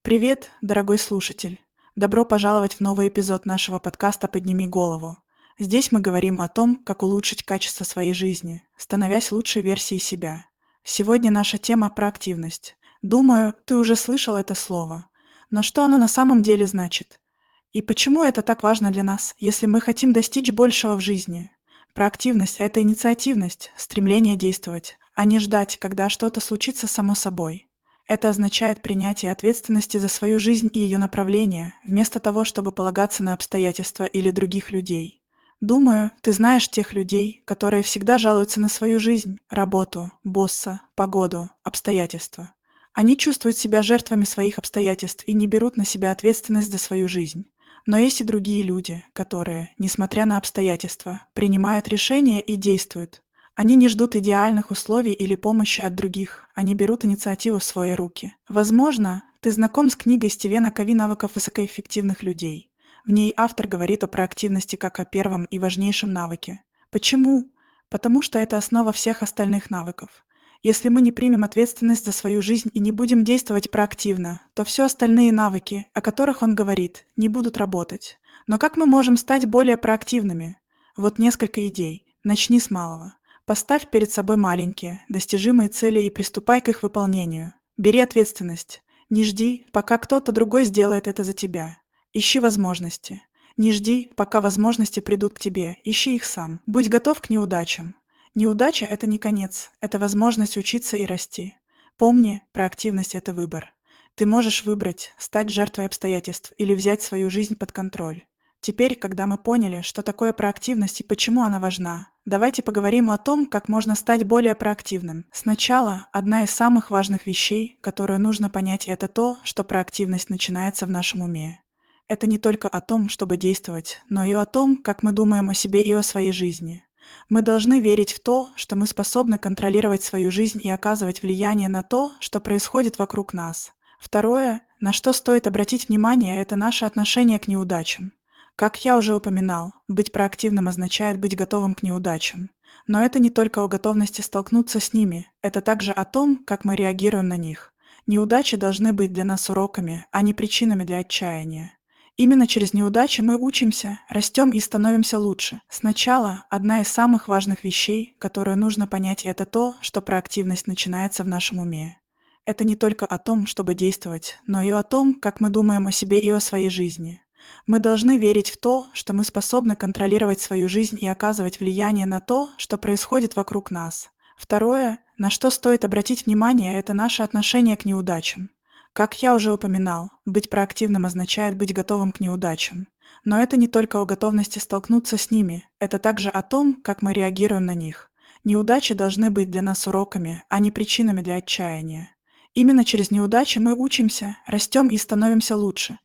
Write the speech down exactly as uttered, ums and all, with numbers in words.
Привет, дорогой слушатель! Добро пожаловать в новый эпизод нашего подкаста «Подними голову». Здесь мы говорим о том, как улучшить качество своей жизни, становясь лучшей версией себя. Сегодня наша тема про активность. Думаю, ты уже слышал это слово. Но что оно на самом деле значит? И почему это так важно для нас, если мы хотим достичь большего в жизни? Проактивность– это инициативность, стремление действовать, а не ждать, когда что-то случится само собой. Это означает принятие ответственности за свою жизнь и ее направление, вместо того, чтобы полагаться на обстоятельства или других людей. Думаю, ты знаешь тех людей, которые всегда жалуются на свою жизнь, работу, босса, погоду, обстоятельства. Они чувствуют себя жертвами своих обстоятельств и не берут на себя ответственность за свою жизнь. Но есть и другие люди, которые, несмотря на обстоятельства, принимают решения и действуют. Они не ждут идеальных условий или помощи от других, они берут инициативу в свои руки. Возможно, ты знаком с книгой Стивена Кови «Навыков высокоэффективных людей». В ней автор говорит о проактивности как о первом и важнейшем навыке. Почему? Потому что это основа всех остальных навыков. Если мы не примем ответственность за свою жизнь и не будем действовать проактивно, то все остальные навыки, о которых он говорит, не будут работать. Но как мы можем стать более проактивными? Вот несколько идей. Начни с малого. Поставь перед собой маленькие, достижимые цели и приступай к их выполнению. Бери ответственность. Не жди, пока кто-то другой сделает это за тебя. Ищи возможности. Не жди, пока возможности придут к тебе. Ищи их сам. Будь готов к неудачам. Неудача– это не конец, это возможность учиться и расти. Помни, проактивность– это выбор. Ты можешь выбрать, стать жертвой обстоятельств или взять свою жизнь под контроль. Теперь, когда мы поняли, что такое проактивность и почему она важна, давайте поговорим о том, как можно стать более проактивным. Сначала, одна из самых важных вещей, которую нужно понять, это то, что проактивность начинается в нашем уме. Это не только о том, чтобы действовать, но и о том, как мы думаем о себе и о своей жизни. Мы должны верить в то, что мы способны контролировать свою жизнь и оказывать влияние на то, что происходит вокруг нас. Второе, на что стоит обратить внимание, это наше отношение к неудачам. Как я уже упоминал, быть проактивным означает быть готовым к неудачам. Но это не только о готовности столкнуться с ними, это также о том, как мы реагируем на них. Неудачи должны быть для нас уроками, а не причинами для отчаяния. Именно через неудачи мы учимся, растем и становимся лучше. Сначала, одна из самых важных вещей, которую нужно понять, это то, что проактивность начинается в нашем уме. Это не только о том, чтобы действовать, но и о том, как мы думаем о себе и о своей жизни. Мы должны верить в то, что мы способны контролировать свою жизнь и оказывать влияние на то, что происходит вокруг нас. Второе, на что стоит обратить внимание, это наше отношение к неудачам. Как я уже упоминал, быть проактивным означает быть готовым к неудачам. Но это не только о готовности столкнуться с ними, это также о том, как мы реагируем на них. Неудачи должны быть для нас уроками, а не причинами для отчаяния. Именно через неудачи мы учимся, растем и становимся лучше.